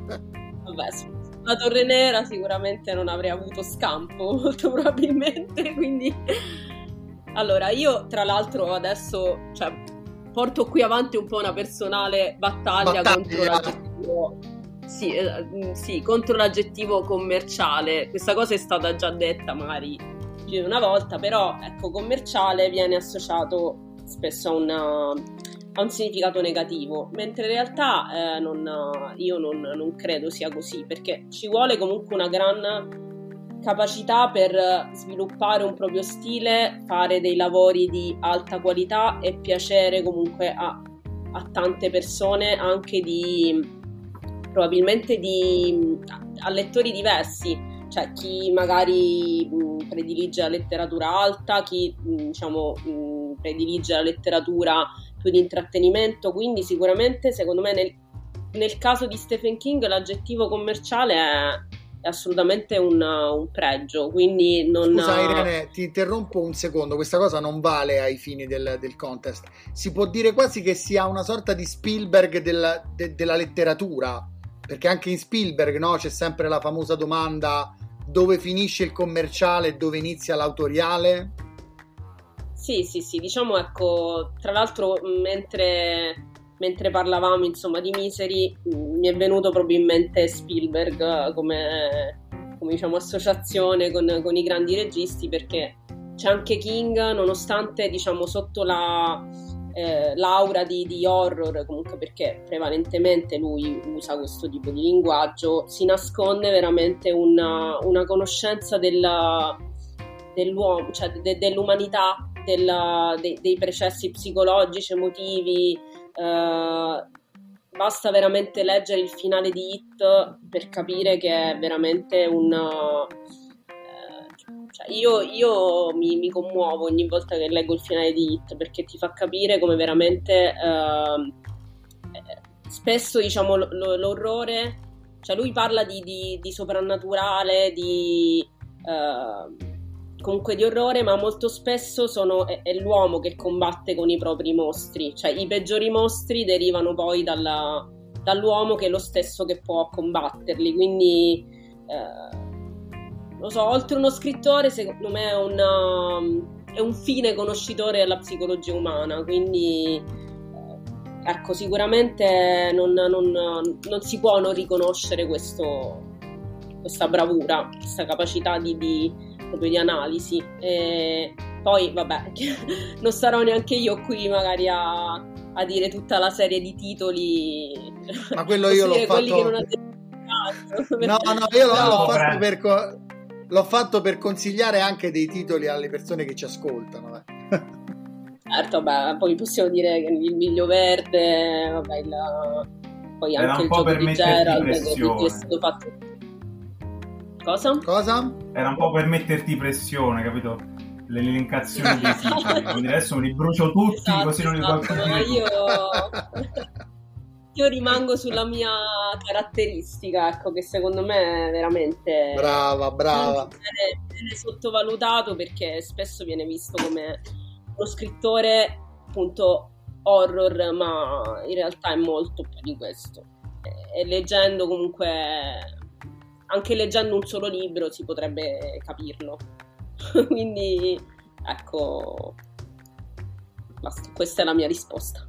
Speaker 3: Vabbè, la Torre Nera sicuramente non avrei avuto scampo, molto probabilmente, quindi... Allora, io tra l'altro adesso, cioè, porto qui avanti un po' una personale battaglia, battaglia. contro l'aggettivo... Sì, eh, sì, contro l'aggettivo commerciale. Questa cosa è stata già detta magari più di una volta, però ecco, commerciale viene associato spesso a, una, a un significato negativo, mentre in realtà eh, non, io non, non credo sia così, perché ci vuole comunque una gran capacità per sviluppare un proprio stile, fare dei lavori di alta qualità e piacere comunque a, a tante persone, anche di probabilmente di a lettori diversi, cioè chi magari mh, predilige la letteratura alta, chi mh, diciamo mh, predilige la letteratura più di intrattenimento, quindi sicuramente secondo me nel, nel caso di Stephen King l'aggettivo commerciale è è assolutamente un, un pregio, quindi non...
Speaker 2: Scusa Irene, ti interrompo un secondo, questa cosa non vale ai fini del, del contest. Si può dire quasi che sia una sorta di Spielberg della, de, della letteratura, perché anche in Spielberg, no, c'è sempre la famosa domanda: dove finisce il commerciale e dove inizia l'autoriale?
Speaker 3: Sì, sì, sì, diciamo, ecco, tra l'altro mentre... mentre parlavamo insomma di Misery, mi è venuto probabilmente Spielberg come, come diciamo associazione con, con i grandi registi, perché c'è anche King, nonostante diciamo sotto la eh, l'aura di, di horror, comunque perché prevalentemente lui usa questo tipo di linguaggio, si nasconde veramente una, una conoscenza della, dell'uomo, cioè de, dell'umanità, della, de, dei processi psicologici, emotivi. Uh, basta veramente leggere il finale di It per capire che è veramente un uh, cioè io, io mi, mi commuovo ogni volta che leggo il finale di It, perché ti fa capire come veramente uh, spesso diciamo l- l'orrore, cioè lui parla di, di, di soprannaturale, di uh, comunque di orrore, ma molto spesso sono, è, è l'uomo che combatte con i propri mostri, cioè i peggiori mostri derivano poi dalla, dall'uomo che è lo stesso che può combatterli, quindi eh, lo so, oltre uno scrittore, secondo me è, una, è un fine conoscitore della psicologia umana, quindi ecco, sicuramente non, non, non si può non riconoscere questo, questa bravura, questa capacità di, di, proprio di analisi. E poi vabbè, non sarò neanche io qui magari a, a dire tutta la serie di titoli,
Speaker 2: ma quello io l'ho fatto
Speaker 3: che non ha detto.
Speaker 2: no no io l'ho,
Speaker 3: no,
Speaker 2: l'ho fatto per co- l'ho fatto per consigliare anche dei titoli alle persone che ci ascoltano, eh.
Speaker 3: Certo, beh, poi possiamo dire che il Miglio Verde, vabbè, il, poi
Speaker 1: era
Speaker 3: anche
Speaker 1: un
Speaker 3: il
Speaker 1: po'
Speaker 3: gioco
Speaker 1: per
Speaker 3: di
Speaker 1: metterti
Speaker 3: Gerald che
Speaker 1: pressione.
Speaker 3: è stato fatto. Cosa?
Speaker 2: Cosa?
Speaker 1: Era un po' per metterti pressione, capito? Le elencazioni dei titoli. Quindi adesso me li brucio tutti,
Speaker 3: Esatto,
Speaker 1: così non li
Speaker 3: esatto,
Speaker 1: puoi
Speaker 3: ma
Speaker 1: più dire.
Speaker 3: io... io rimango sulla mia caratteristica, ecco, che secondo me è veramente
Speaker 2: brava, brava.
Speaker 3: Viene, viene sottovalutato, perché spesso viene visto come uno scrittore appunto horror, ma in realtà è molto più di questo. E, e leggendo comunque, anche leggendo un solo libro si potrebbe capirlo. Quindi ecco, basta, questa è la mia risposta.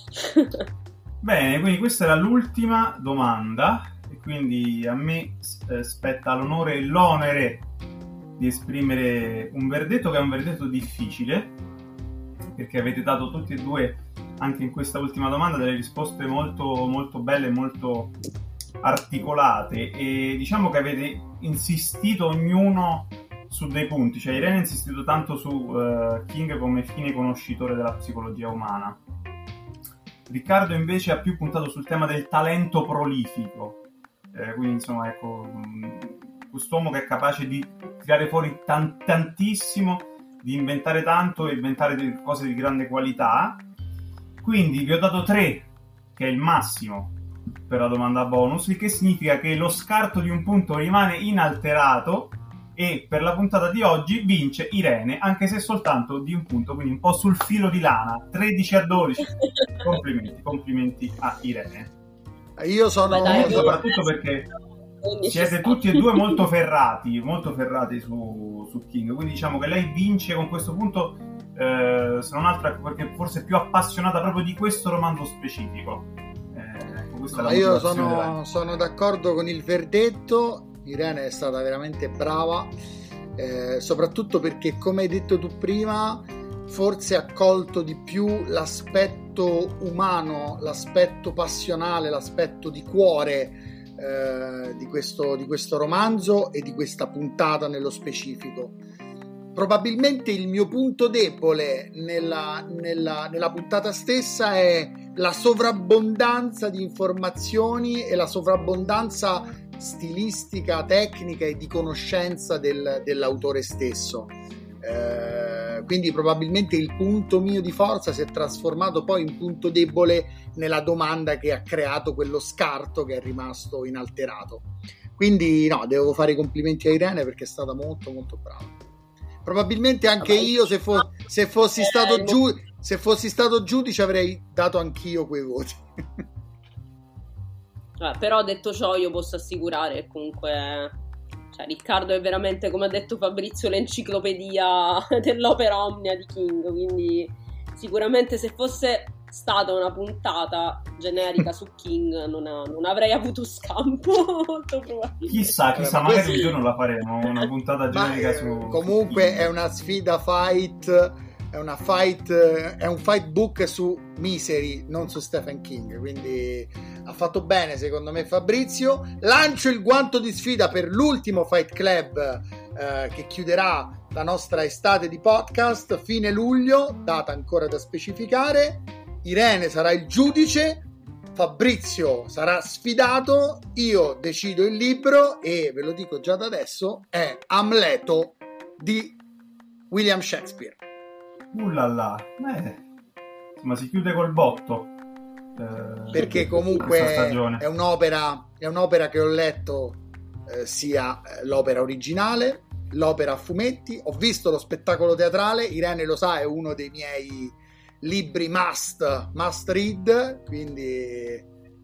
Speaker 1: Bene, quindi questa era l'ultima domanda e quindi a me eh, spetta l'onore e l'onere di esprimere un verdetto, che è un verdetto difficile, perché avete dato tutti e due, anche in questa ultima domanda, delle risposte molto, molto belle, molto articolate, e diciamo che avete insistito ognuno su dei punti. Cioè Irene ha insistito tanto su uh, King come fine conoscitore della psicologia umana. Riccardo invece ha più puntato sul tema del talento prolifico, eh, quindi insomma ecco, quest'uomo che è capace di tirare fuori tan- tantissimo, di inventare tanto e inventare delle cose di grande qualità. Quindi vi ho dato tre, che è il massimo per la domanda bonus, il che significa che lo scarto di un punto rimane inalterato e per la puntata di oggi vince Irene, anche se soltanto di un punto, quindi un po' sul filo di lana, tredici a dodici. Complimenti, complimenti a Irene.
Speaker 2: Io sono...
Speaker 3: Beh, dai,
Speaker 1: soprattutto perché siete tutti e due molto ferrati, molto ferrati su, su King, quindi diciamo che lei vince con questo punto, eh, se non altro perché forse è più appassionata proprio di questo romanzo specifico. Eh, questa
Speaker 2: no,
Speaker 1: è la
Speaker 2: io
Speaker 1: motivazione
Speaker 2: sono,
Speaker 1: della...
Speaker 2: sono d'accordo con il verdetto. Irene è stata veramente brava, eh, soprattutto perché, come hai detto tu prima, forse ha colto di più l'aspetto umano, l'aspetto passionale, l'aspetto di cuore eh, di questo, di questo romanzo e di questa puntata nello specifico. Probabilmente il mio punto debole nella, nella, nella puntata stessa è la sovrabbondanza di informazioni e la sovrabbondanza stilistica, tecnica e di conoscenza del, dell'autore stesso. Eh, quindi probabilmente il punto mio di forza si è trasformato poi in punto debole nella domanda che ha creato quello scarto che è rimasto inalterato. Quindi no, devo fare i complimenti a Irene perché è stata molto molto brava. Probabilmente anche Vabbè, io se, fo- se fossi stato giù se fossi stato giudice avrei dato anch'io quei voti.
Speaker 3: Eh, però detto ciò io posso assicurare che comunque, cioè, Riccardo è veramente, come ha detto Fabrizio, l'enciclopedia dell'opera omnia di King, quindi sicuramente se fosse stata una puntata generica su King non, ha, non avrei avuto scampo. Molto probabilmente.
Speaker 1: Chissà, chissà,
Speaker 2: eh,
Speaker 1: magari
Speaker 2: questo...
Speaker 1: un giorno la faremo, una puntata generica
Speaker 2: ma,
Speaker 1: su...
Speaker 2: Comunque
Speaker 1: su
Speaker 2: è una sfida fight, è una fight, è un fight book su Misery, non su Stephen King, quindi ha fatto bene secondo me Fabrizio. Lancio il guanto di sfida per l'ultimo Fight Club eh, che chiuderà la nostra estate di podcast, fine luglio, data ancora da specificare. Irene sarà il giudice, Fabrizio sarà sfidato, io decido il libro e ve lo dico già da adesso, è Amleto di William Shakespeare.
Speaker 1: Ullala, eh, ma si chiude col botto. Eh,
Speaker 2: perché comunque è un'opera, è un'opera che ho letto eh, sia l'opera originale, l'opera a fumetti, ho visto lo spettacolo teatrale, Irene lo sa, è uno dei miei libri must, must read, quindi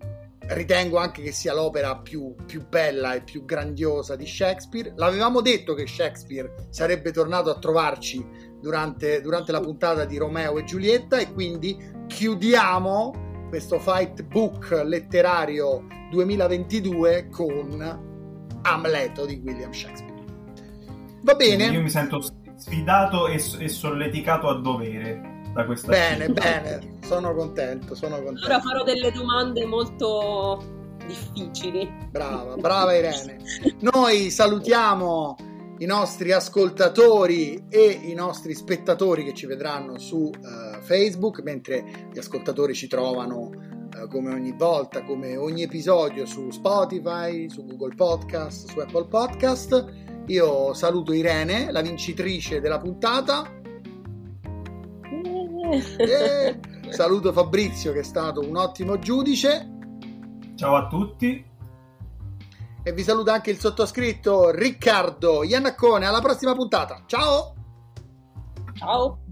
Speaker 2: ritengo anche che sia l'opera più, più bella e più grandiosa di Shakespeare. L'avevamo detto che Shakespeare sarebbe tornato a trovarci durante, durante la puntata di Romeo e Giulietta, e quindi chiudiamo questo fight book letterario duemilaventidue con Amleto di William Shakespeare. Va bene?
Speaker 1: Io mi sento sfidato e, e solleticato a dovere da questa
Speaker 2: bene
Speaker 1: sfida.
Speaker 2: Bene, sono contento, sono contento.
Speaker 3: Ora farò delle domande molto difficili.
Speaker 2: Brava, brava Irene. Noi salutiamo i nostri ascoltatori e i nostri spettatori che ci vedranno su uh, Facebook, mentre gli ascoltatori ci trovano uh, come ogni volta, come ogni episodio, su Spotify, su Google Podcast, su Apple Podcast. Io saluto Irene, la vincitrice della puntata. E saluto Fabrizio, che è stato un ottimo giudice.
Speaker 1: Ciao a tutti.
Speaker 2: E vi saluta anche il sottoscritto Riccardo Iannaccone. Alla prossima puntata. Ciao.
Speaker 3: Ciao.